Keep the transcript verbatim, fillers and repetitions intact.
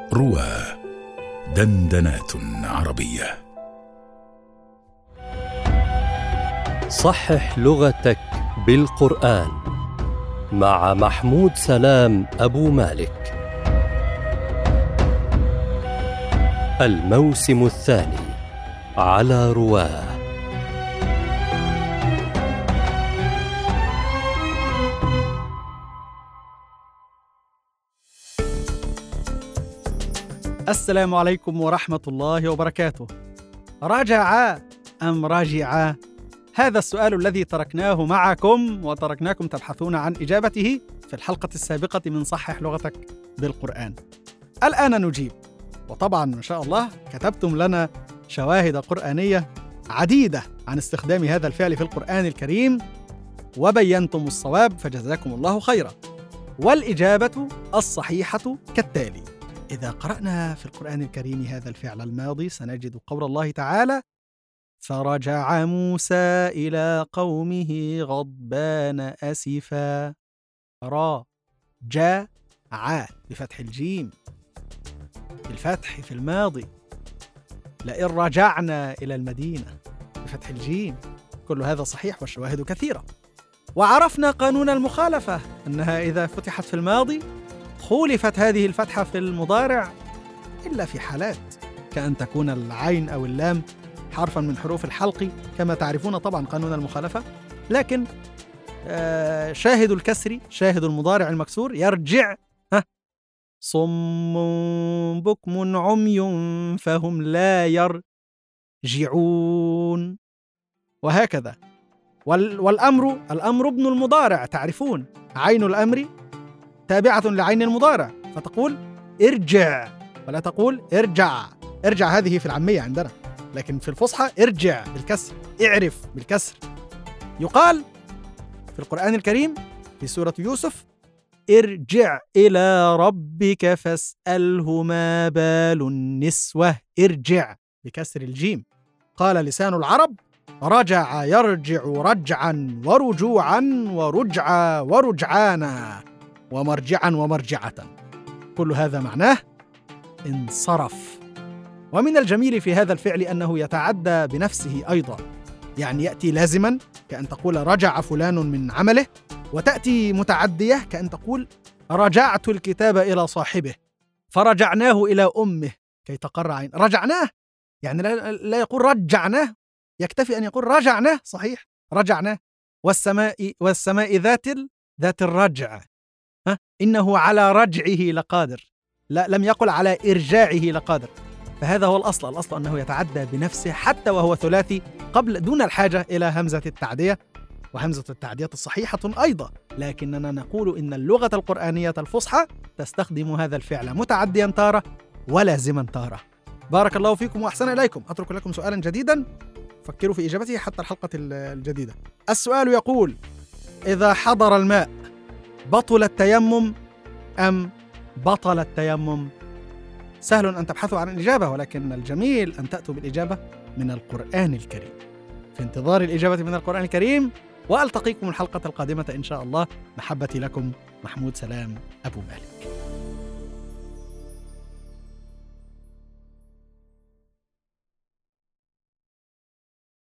روى دندنات عربية. صحح لغتك بالقرآن مع محمود سلام أبو مالك. الموسم الثاني على رواه. السلام عليكم ورحمة الله وبركاته. رجع أم رجع؟ هذا السؤال الذي تركناه معكم وتركناكم تبحثون عن إجابته في الحلقة السابقة من صحح لغتك بالقرآن. الآن نجيب، وطبعا ما شاء الله كتبتم لنا شواهد قرآنية عديدة عن استخدام هذا الفعل في القرآن الكريم وبينتم الصواب، فجزاكم الله خيرا. والإجابة الصحيحة كالتالي: إذا قرأنا في القرآن الكريم هذا الفعل الماضي سنجد قول الله تعالى: فرجع موسى إلى قومه غضبان أسفا. را جا ع بفتح الجيم بالفتح في الماضي. لئن رجعنا إلى المدينة بفتح الجيم. كل هذا صحيح والشواهد كثيرة. وعرفنا قانون المخالفة، أنها إذا فتحت في الماضي خولفت هذه الفتحة في المضارع إلا في حالات، كأن تكون العين أو اللام حرفاً من حروف الحلق كما تعرفون طبعاً قانون المخالفة. لكن آه شاهد الكسر، شاهد المضارع المكسور يرجع ها صم بكم عمي فهم لا يرجعون، وهكذا. وال والأمر، الأمر ابن المضارع، تعرفون عين الأمر تابعة لعين المضارع، فتقول ارجع ولا تقول ارجع. ارجع هذه في العامية عندنا، لكن في الفصحى ارجع بالكسر، اعرف بالكسر. يقال في القرآن الكريم في سورة يوسف: ارجع إلى ربك فاسأله ما بال النسوة. ارجع بكسر الجيم. قال لسان العرب: رجع يرجع رجعا ورجوعا ورجعا ورجعانا ومرجعا ومرجعة. كل هذا معناه انصرف. ومن الجميل في هذا الفعل أنه يتعدى بنفسه أيضا، يعني يأتي لازما كأن تقول رجع فلان من عمله، وتأتي متعدية كأن تقول رجعت الكتاب إلى صاحبه فرجعناه إلى أمه كي تقر عين. رجعناه يعني لا يقول رجعناه، يكتفي أن يقول رجعناه. صحيح، رجعناه. والسماء والسماء ذات ذات الرجع، ها إنه على رجعه لقادر، لا لم يقل على إرجاعه لقادر. فهذا هو الأصل، الأصل أنه يتعدى بنفسه حتى وهو ثلاثي قبل دون الحاجة إلى همزة التعدية، وهمزة التعدية الصحيحة أيضا. لكننا نقول إن اللغة القرآنية الفصحى تستخدم هذا الفعل متعديا تارة ولازما تارة. بارك الله فيكم وأحسن إليكم. أترك لكم سؤالا جديدا فكروا في إجابته حتى الحلقة الجديدة. السؤال يقول: إذا حضر الماء بطل التيمم أم بطل التيمم؟ سهل أن تبحثوا عن الإجابة، ولكن الجميل أن تأتوا بالإجابة من القرآن الكريم. في انتظار الإجابة من القرآن الكريم، وألتقيكم الحلقة القادمة إن شاء الله. محبتي لكم، محمود سلام أبو مالك.